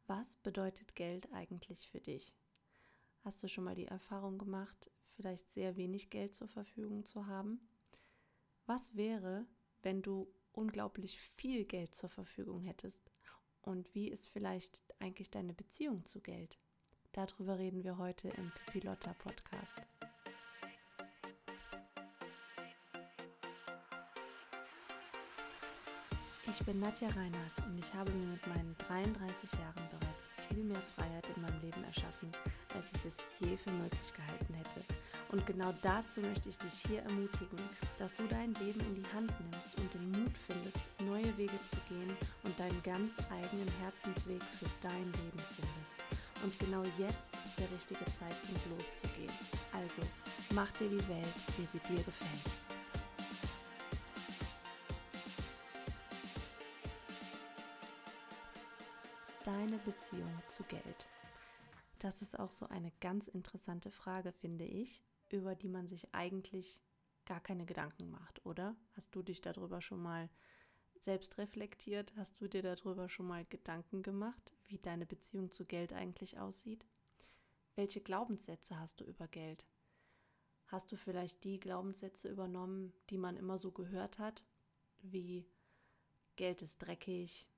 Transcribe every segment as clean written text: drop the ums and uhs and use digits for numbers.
Was bedeutet Geld eigentlich für dich? Hast du schon mal die Erfahrung gemacht, vielleicht sehr wenig Geld zur Verfügung zu haben? Was wäre, wenn du unglaublich viel Geld zur Verfügung hättest? Und wie ist vielleicht eigentlich deine Beziehung zu Geld? Darüber reden wir heute im Pipilotta Podcast. Ich bin Nadja Reinhardt und ich habe mir mit meinen 33 Jahren bereits viel mehr Freiheit in meinem Leben erschaffen, als ich es je für möglich gehalten hätte. Und genau dazu möchte ich dich hier ermutigen, dass du dein Leben in die Hand nimmst und den Mut findest, neue Wege zu gehen und deinen ganz eigenen Herzensweg für dein Leben findest. Und genau jetzt ist der richtige Zeitpunkt loszugehen. Also, mach dir die Welt, wie sie dir gefällt. Deine Beziehung zu Geld. Das ist auch so eine ganz interessante Frage, finde ich, über die man sich eigentlich gar keine Gedanken macht, oder? Hast du dich darüber schon mal selbst reflektiert? Hast du dir darüber schon mal Gedanken gemacht, wie deine Beziehung zu Geld eigentlich aussieht? Welche Glaubenssätze hast du über Geld? Hast du vielleicht die Glaubenssätze übernommen, die man immer so gehört hat, wie Geld ist dreckig,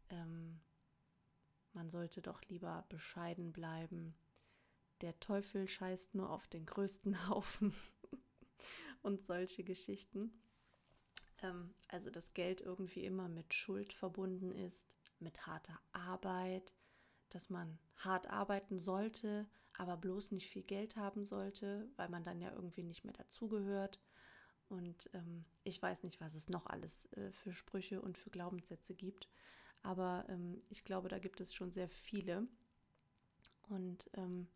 man sollte doch lieber bescheiden bleiben, der Teufel scheißt nur auf den größten Haufen und solche Geschichten. Also dass Geld irgendwie immer mit Schuld verbunden ist, mit harter Arbeit, dass man hart arbeiten sollte, aber bloß nicht viel Geld haben sollte, weil man dann ja irgendwie nicht mehr dazugehört. Und ich weiß nicht, was es noch alles für Sprüche und für Glaubenssätze gibt, aber ich glaube, da gibt es schon sehr viele. Und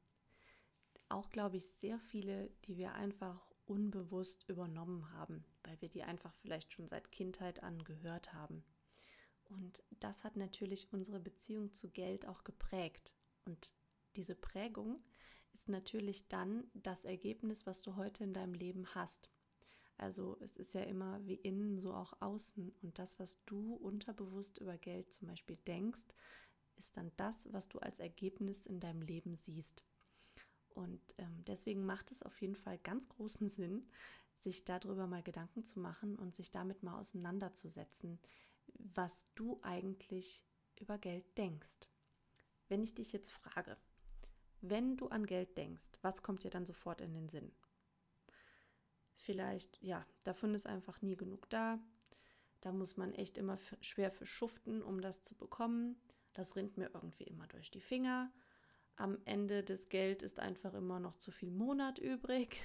auch, glaube ich, sehr viele, die wir einfach unbewusst übernommen haben, weil wir die einfach vielleicht schon seit Kindheit an gehört haben. Und das hat natürlich unsere Beziehung zu Geld auch geprägt. Und diese Prägung ist natürlich dann das Ergebnis, was du heute in deinem Leben hast. Also es ist ja immer wie innen, so auch außen. Und das, was du unterbewusst über Geld zum Beispiel denkst, ist dann das, was du als Ergebnis in deinem Leben siehst. Und deswegen macht es auf jeden Fall ganz großen Sinn, sich darüber mal Gedanken zu machen und sich damit mal auseinanderzusetzen, was du eigentlich über Geld denkst. Wenn ich dich jetzt frage, wenn du an Geld denkst, was kommt dir dann sofort in den Sinn? Vielleicht, ja, davon ist einfach nie genug da. Da muss man echt immer schwer für schuften, um das zu bekommen. Das rinnt mir irgendwie immer durch die Finger. Am Ende des Geldes ist einfach immer noch zu viel Monat übrig.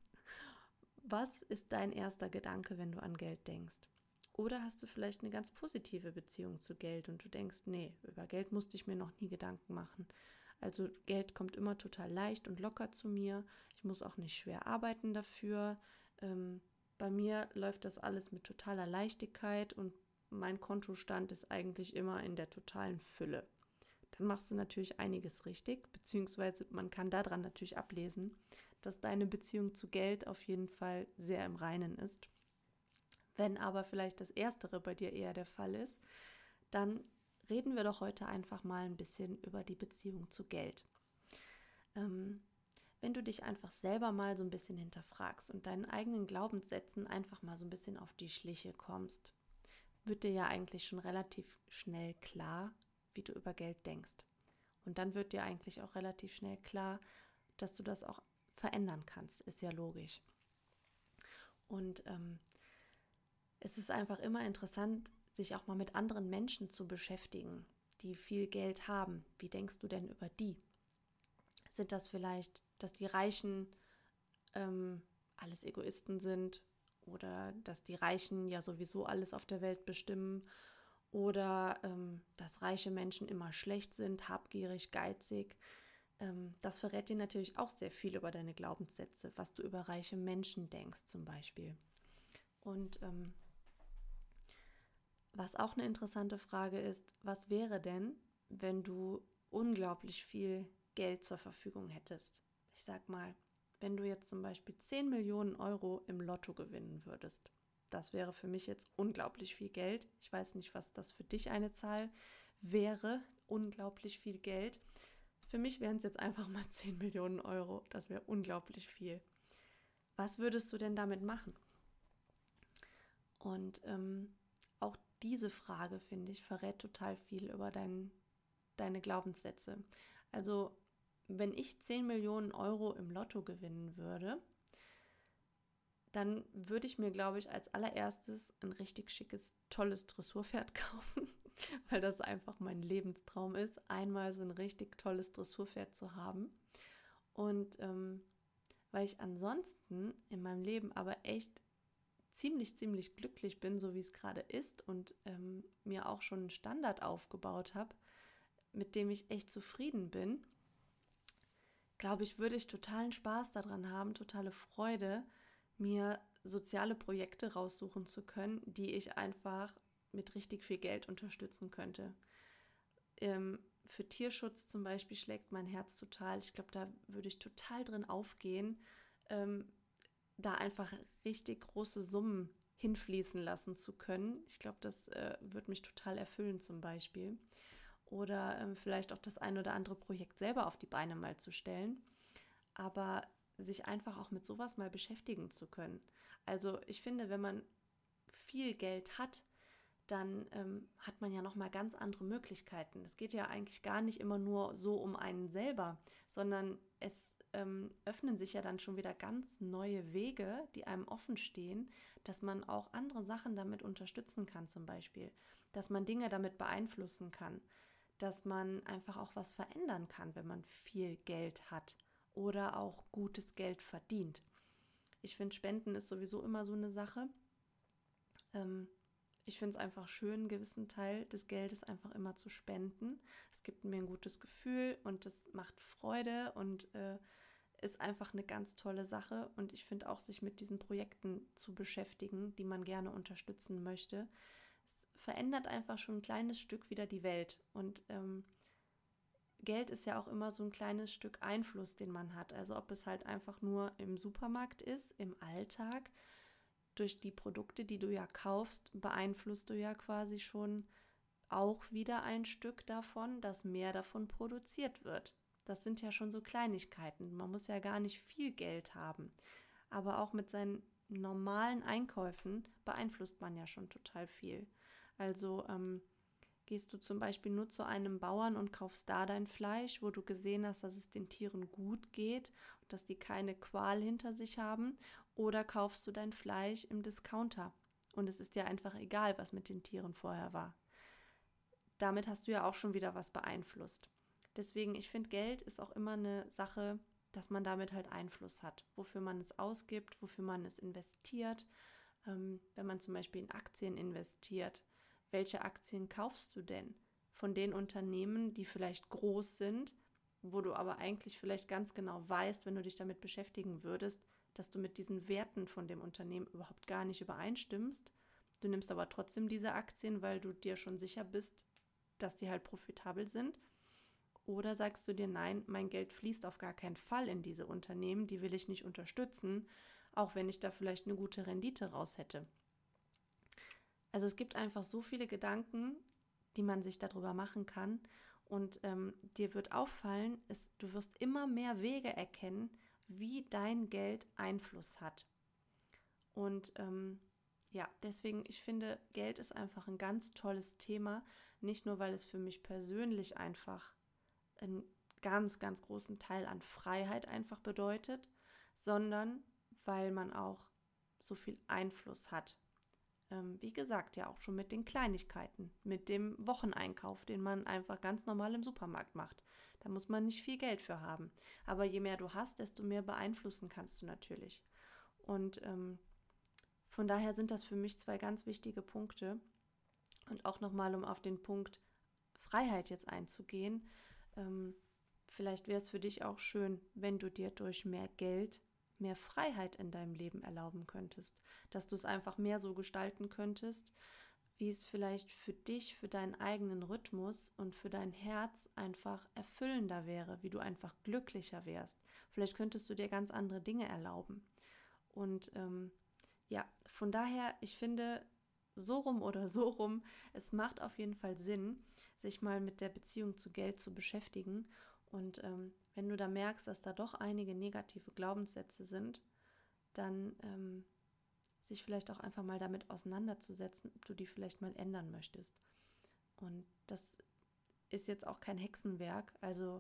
Was ist dein erster Gedanke, wenn du an Geld denkst? Oder hast du vielleicht eine ganz positive Beziehung zu Geld und du denkst, nee, über Geld musste ich mir noch nie Gedanken machen. Also Geld kommt immer total leicht und locker zu mir. Ich muss auch nicht schwer arbeiten dafür. Bei mir läuft das alles mit totaler Leichtigkeit und mein Kontostand ist eigentlich immer in der totalen Fülle. Dann machst du natürlich einiges richtig, beziehungsweise man kann daran natürlich ablesen, dass deine Beziehung zu Geld auf jeden Fall sehr im Reinen ist. Wenn aber vielleicht das Erstere bei dir eher der Fall ist, dann reden wir doch heute einfach mal ein bisschen über die Beziehung zu Geld. Wenn du dich einfach selber mal so ein bisschen hinterfragst und deinen eigenen Glaubenssätzen einfach mal so ein bisschen auf die Schliche kommst, wird dir ja eigentlich schon relativ schnell klar, wie du über Geld denkst. Und dann wird dir eigentlich auch relativ schnell klar, dass du das auch verändern kannst, ist ja logisch. Und es ist einfach immer interessant, sich auch mal mit anderen Menschen zu beschäftigen, die viel Geld haben. Wie denkst du denn über die? Sind das vielleicht, dass die Reichen alles Egoisten sind oder dass die Reichen ja sowieso alles auf der Welt bestimmen oder dass reiche Menschen immer schlecht sind, habgierig, geizig. Das verrät dir natürlich auch sehr viel über deine Glaubenssätze, was du über reiche Menschen denkst zum Beispiel. Und was auch eine interessante Frage ist, was wäre denn, wenn du unglaublich viel Geld zur Verfügung hättest? Ich sag mal, wenn du jetzt zum Beispiel 10 Millionen Euro im Lotto gewinnen würdest. Das wäre für mich jetzt unglaublich viel Geld. Ich weiß nicht, was das für dich eine Zahl wäre, unglaublich viel Geld. Für mich wären es jetzt einfach mal 10 Millionen Euro. Das wäre unglaublich viel. Was würdest du denn damit machen? Und auch diese Frage, finde ich, verrät total viel über deine Glaubenssätze. Also, wenn ich 10 Millionen Euro im Lotto gewinnen würde, dann würde ich mir, glaube ich, als allererstes ein richtig schickes, tolles Dressurpferd kaufen, weil das einfach mein Lebenstraum ist, einmal so ein richtig tolles Dressurpferd zu haben. Und weil ich ansonsten in meinem Leben aber echt ziemlich glücklich bin, so wie es gerade ist und mir auch schon einen Standard aufgebaut habe, mit dem ich echt zufrieden bin, glaube ich, würde ich totalen Spaß daran haben, totale Freude, mir soziale Projekte raussuchen zu können, die ich einfach mit richtig viel Geld unterstützen könnte. Für Tierschutz zum Beispiel schlägt mein Herz total. Ich glaube, da würde ich total drin aufgehen, da einfach richtig große Summen hinfließen lassen zu können. Ich glaube, das würde mich total erfüllen zum Beispiel. Oder vielleicht auch das ein oder andere Projekt selber auf die Beine mal zu stellen. Aber sich einfach auch mit sowas mal beschäftigen zu können. Also ich finde, wenn man viel Geld hat, dann hat man ja nochmal ganz andere Möglichkeiten. Es geht ja eigentlich gar nicht immer nur so um einen selber, sondern es öffnen sich ja dann schon wieder ganz neue Wege, die einem offen stehen, dass man auch andere Sachen damit unterstützen kann zum Beispiel, dass man Dinge damit beeinflussen kann, dass man einfach auch was verändern kann, wenn man viel Geld hat oder auch gutes Geld verdient. Ich finde, Spenden ist sowieso immer so eine Sache. Ich finde es einfach schön, einen gewissen Teil des Geldes einfach immer zu spenden. Es gibt mir ein gutes Gefühl und es macht Freude und ist einfach eine ganz tolle Sache. Und ich finde auch, sich mit diesen Projekten zu beschäftigen, die man gerne unterstützen möchte, es verändert einfach schon ein kleines Stück wieder die Welt. Und Geld ist ja auch immer so ein kleines Stück Einfluss, den man hat. Also ob es halt einfach nur im Supermarkt ist, im Alltag, durch die Produkte, die du ja kaufst, beeinflusst du ja quasi schon auch wieder ein Stück davon, dass mehr davon produziert wird. Das sind ja schon so Kleinigkeiten. Man muss ja gar nicht viel Geld haben. Aber auch mit seinen normalen Einkäufen beeinflusst man ja schon total viel. Also gehst du zum Beispiel nur zu einem Bauern und kaufst da dein Fleisch, wo du gesehen hast, dass es den Tieren gut geht und dass die keine Qual hinter sich haben, oder kaufst du dein Fleisch im Discounter und es ist dir einfach egal, was mit den Tieren vorher war. Damit hast du ja auch schon wieder was beeinflusst. Deswegen, ich finde, Geld ist auch immer eine Sache, dass man damit halt Einfluss hat, wofür man es ausgibt, wofür man es investiert. Wenn man zum Beispiel in Aktien investiert, welche Aktien kaufst du denn? Von den Unternehmen, die vielleicht groß sind, wo du aber eigentlich vielleicht ganz genau weißt, wenn du dich damit beschäftigen würdest, dass du mit diesen Werten von dem Unternehmen überhaupt gar nicht übereinstimmst. Du nimmst aber trotzdem diese Aktien, weil du dir schon sicher bist, dass die halt profitabel sind. Oder sagst du dir, nein, mein Geld fließt auf gar keinen Fall in diese Unternehmen, die will ich nicht unterstützen, auch wenn ich da vielleicht eine gute Rendite raus hätte. Also es gibt einfach so viele Gedanken, die man sich darüber machen kann. Und dir wird auffallen, du wirst immer mehr Wege erkennen, wie dein Geld Einfluss hat. Und ja, deswegen, ich finde, Geld ist einfach ein ganz tolles Thema. Nicht nur, weil es für mich persönlich einfach einen ganz großen Teil an Freiheit einfach bedeutet, sondern weil man auch so viel Einfluss hat. Wie gesagt, ja auch schon mit den Kleinigkeiten, mit dem Wocheneinkauf, den man einfach ganz normal im Supermarkt macht. Da muss man nicht viel Geld für haben. Aber je mehr du hast, desto mehr beeinflussen kannst du natürlich. Und von daher sind das für mich zwei ganz wichtige Punkte. Und auch nochmal, um auf den Punkt Freiheit jetzt einzugehen, vielleicht wäre es für dich auch schön, wenn du dir durch mehr Geld mehr Freiheit in deinem Leben erlauben könntest, dass du es einfach mehr so gestalten könntest, wie es vielleicht für dich, für deinen eigenen Rhythmus und für dein Herz einfach erfüllender wäre, wie du einfach glücklicher wärst. Vielleicht könntest du dir ganz andere Dinge erlauben. Und ja, von daher, ich finde, so rum oder so rum, es macht auf jeden Fall Sinn, sich mal mit der Beziehung zu Geld zu beschäftigen. Und wenn du da merkst, dass da doch einige negative Glaubenssätze sind, dann sich vielleicht auch einfach mal damit auseinanderzusetzen, ob du die vielleicht mal ändern möchtest. Und das ist jetzt auch kein Hexenwerk, also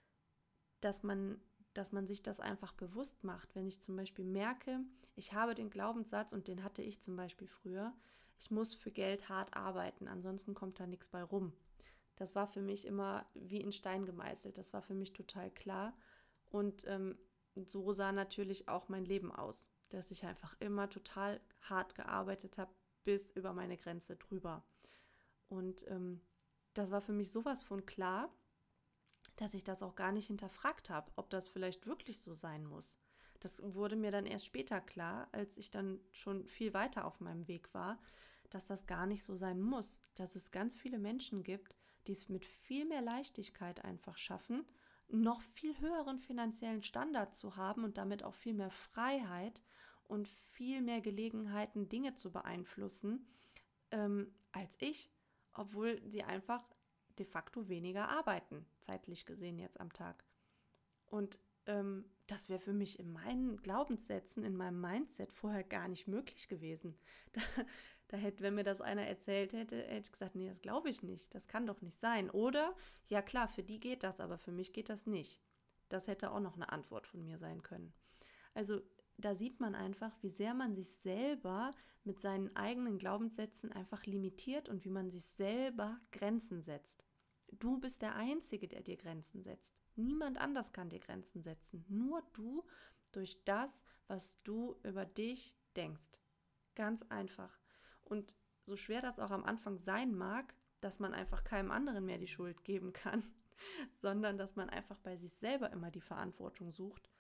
dass man sich das einfach bewusst macht. Wenn ich zum Beispiel merke, ich habe den Glaubenssatz, und den hatte ich zum Beispiel früher, ich muss für Geld hart arbeiten, ansonsten kommt da nichts bei rum. Das war für mich immer wie in Stein gemeißelt, das war für mich total klar. Und so sah natürlich auch mein Leben aus, dass ich einfach immer total hart gearbeitet habe, bis über meine Grenze drüber. Und das war für mich sowas von klar, dass ich das auch gar nicht hinterfragt habe, ob das vielleicht wirklich so sein muss. Das wurde mir dann erst später klar, als ich dann schon viel weiter auf meinem Weg war, dass das gar nicht so sein muss, dass es ganz viele Menschen gibt, die es mit viel mehr Leichtigkeit einfach schaffen, noch viel höheren finanziellen Standard zu haben und damit auch viel mehr Freiheit und viel mehr Gelegenheiten, Dinge zu beeinflussen, als ich, obwohl sie einfach de facto weniger arbeiten, zeitlich gesehen jetzt am Tag. Und das wäre für mich in meinen Glaubenssätzen, in meinem Mindset vorher gar nicht möglich gewesen. Da hätte, wenn mir das einer erzählt hätte, hätte ich gesagt, nee, das glaube ich nicht, das kann doch nicht sein. Oder, ja klar, für die geht das, aber für mich geht das nicht. Das hätte auch noch eine Antwort von mir sein können. Also da sieht man einfach, wie sehr man sich selber mit seinen eigenen Glaubenssätzen einfach limitiert und wie man sich selber Grenzen setzt. Du bist der Einzige, der dir Grenzen setzt. Niemand anders kann dir Grenzen setzen. Nur du durch das, was du über dich denkst. Ganz einfach. Und so schwer das auch am Anfang sein mag, dass man einfach keinem anderen mehr die Schuld geben kann, sondern dass man einfach bei sich selber immer die Verantwortung sucht,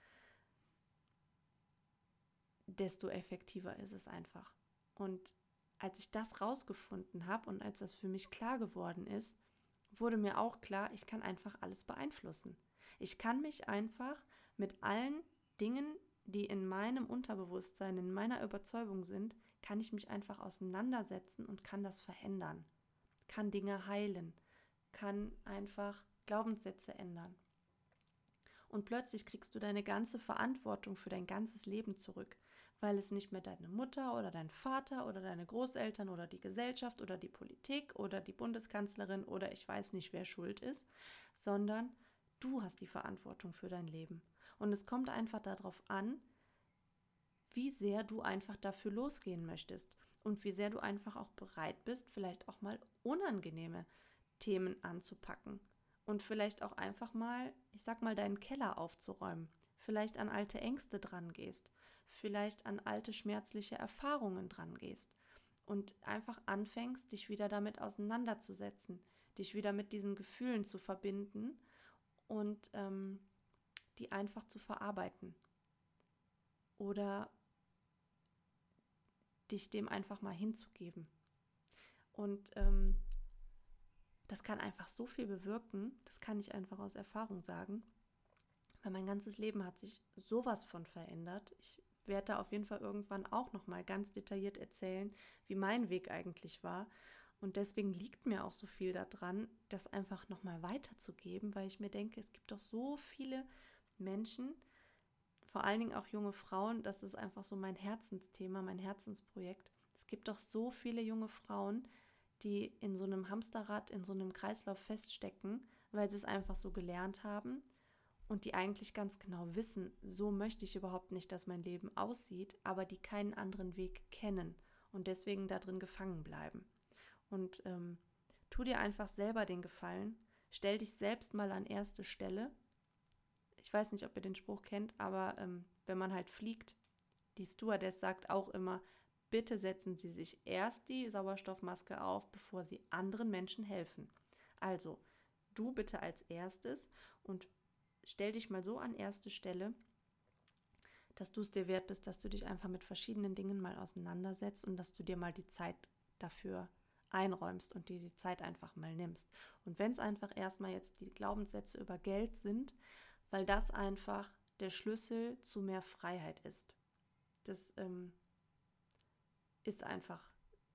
desto effektiver ist es einfach. Und als ich das rausgefunden habe und als das für mich klar geworden ist, wurde mir auch klar, ich kann einfach alles beeinflussen. Ich kann mich einfach mit allen Dingen, die in meinem Unterbewusstsein, in meiner Überzeugung sind, kann ich mich einfach auseinandersetzen und kann das verändern, kann Dinge heilen, kann einfach Glaubenssätze ändern. Und plötzlich kriegst du deine ganze Verantwortung für dein ganzes Leben zurück, weil es nicht mehr deine Mutter oder dein Vater oder deine Großeltern oder die Gesellschaft oder die Politik oder die Bundeskanzlerin oder ich weiß nicht, wer schuld ist, sondern du hast die Verantwortung für dein Leben. Und es kommt einfach darauf an, wie sehr du einfach dafür losgehen möchtest und wie sehr du einfach auch bereit bist, vielleicht auch mal unangenehme Themen anzupacken und vielleicht auch einfach mal, ich sag mal, deinen Keller aufzuräumen, vielleicht an alte Ängste dran gehst, vielleicht an alte schmerzliche Erfahrungen dran gehst und einfach anfängst, dich wieder damit auseinanderzusetzen, dich wieder mit diesen Gefühlen zu verbinden und die einfach zu verarbeiten oder dich dem einfach mal hinzugeben. Und das kann einfach so viel bewirken, das kann ich einfach aus Erfahrung sagen, weil mein ganzes Leben hat sich sowas von verändert. Ich werde da auf jeden Fall irgendwann auch nochmal ganz detailliert erzählen, wie mein Weg eigentlich war. Und deswegen liegt mir auch so viel daran, das einfach nochmal weiterzugeben, weil ich mir denke, es gibt doch so viele Menschen, vor allen Dingen auch junge Frauen, das ist einfach so mein Herzensthema, mein Herzensprojekt. Es gibt doch so viele junge Frauen, die in so einem Hamsterrad, in so einem Kreislauf feststecken, weil sie es einfach so gelernt haben und die eigentlich ganz genau wissen, so möchte ich überhaupt nicht, dass mein Leben aussieht, aber die keinen anderen Weg kennen und deswegen da drin gefangen bleiben. Und tu dir einfach selber den Gefallen, stell dich selbst mal an erste Stelle. Ich weiß nicht, ob ihr den Spruch kennt, aber wenn man halt fliegt, die Stewardess sagt auch immer, bitte setzen Sie sich erst die Sauerstoffmaske auf, bevor Sie anderen Menschen helfen. Also, du bitte als erstes und stell dich mal so an erste Stelle, dass du es dir wert bist, dass du dich einfach mit verschiedenen Dingen mal auseinandersetzt und dass du dir mal die Zeit dafür einräumst und dir die Zeit einfach mal nimmst. Und wenn es einfach erstmal jetzt die Glaubenssätze über Geld sind, weil das einfach der Schlüssel zu mehr Freiheit ist. Das ist einfach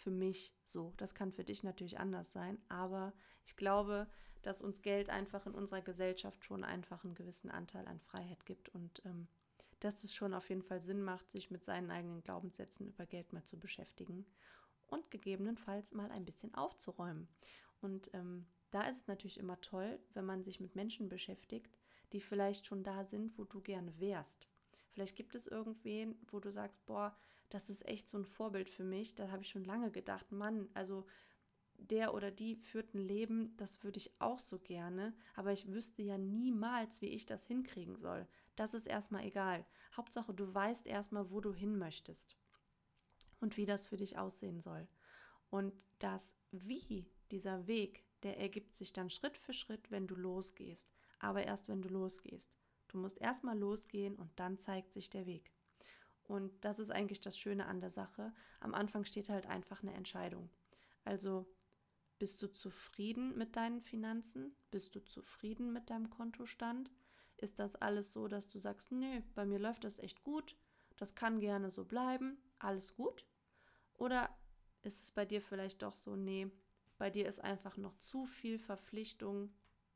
für mich so. Das kann für dich natürlich anders sein, aber ich glaube, dass uns Geld einfach in unserer Gesellschaft schon einfach einen gewissen Anteil an Freiheit gibt und dass es schon auf jeden Fall Sinn macht, sich mit seinen eigenen Glaubenssätzen über Geld mal zu beschäftigen und gegebenenfalls mal ein bisschen aufzuräumen. Und da ist es natürlich immer toll, wenn man sich mit Menschen beschäftigt, die vielleicht schon da sind, wo du gerne wärst. Vielleicht gibt es irgendwen, wo du sagst, boah, das ist echt so ein Vorbild für mich. Da habe ich schon lange gedacht, Mann, also der oder die führt ein Leben, das würde ich auch so gerne, aber ich wüsste ja niemals, wie ich das hinkriegen soll. Das ist erstmal egal. Hauptsache, du weißt erstmal, wo du hin möchtest und wie das für dich aussehen soll. Und das Wie, dieser Weg, der ergibt sich dann Schritt für Schritt, wenn du losgehst. Aber erst wenn du losgehst. Du musst erstmal losgehen und dann zeigt sich der Weg. Und das ist eigentlich das Schöne an der Sache. Am Anfang steht halt einfach eine Entscheidung. Also bist du zufrieden mit deinen Finanzen? Bist du zufrieden mit deinem Kontostand? Ist das alles so, dass du sagst, nee, bei mir läuft das echt gut, das kann gerne so bleiben, alles gut? Oder ist es bei dir vielleicht doch so, nee, bei dir ist einfach noch zu viel Verpflichtung,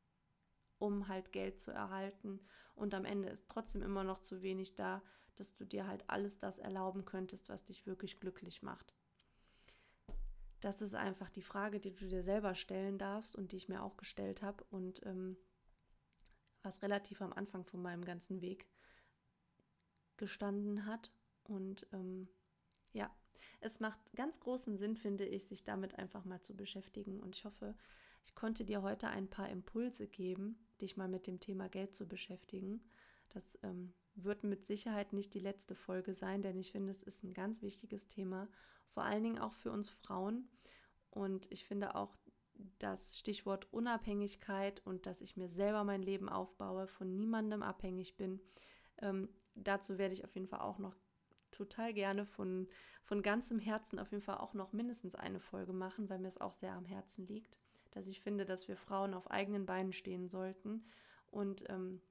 um halt Geld zu erhalten und am Ende ist trotzdem immer noch zu wenig da, dass du dir halt alles das erlauben könntest, was dich wirklich glücklich macht. Das ist einfach die Frage, die du dir selber stellen darfst und die ich mir auch gestellt habe und was relativ am Anfang von meinem ganzen Weg gestanden hat. Und ja, es macht ganz großen Sinn, finde ich, sich damit einfach mal zu beschäftigen. Und ich hoffe, ich konnte dir heute ein paar Impulse geben, dich mal mit dem Thema Geld zu beschäftigen. Das wird mit Sicherheit nicht die letzte Folge sein, denn ich finde, es ist ein ganz wichtiges Thema, vor allen Dingen auch für uns Frauen. Und ich finde auch das Stichwort Unabhängigkeit und dass ich mir selber mein Leben aufbaue, von niemandem abhängig bin, dazu werde ich auf jeden Fall auch noch total gerne von ganzem Herzen auf jeden Fall auch noch mindestens eine Folge machen, weil mir es auch sehr am Herzen liegt, dass ich finde, dass wir Frauen auf eigenen Beinen stehen sollten und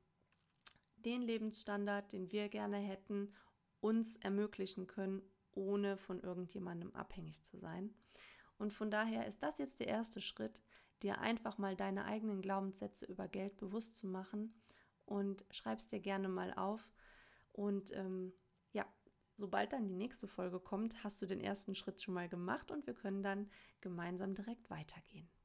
den Lebensstandard, den wir gerne hätten, uns ermöglichen können, ohne von irgendjemandem abhängig zu sein. Und von daher ist das jetzt der erste Schritt, dir einfach mal deine eigenen Glaubenssätze über Geld bewusst zu machen und schreib's dir gerne mal auf. Und ja, sobald dann die nächste Folge kommt, hast du den ersten Schritt schon mal gemacht und wir können dann gemeinsam direkt weitergehen.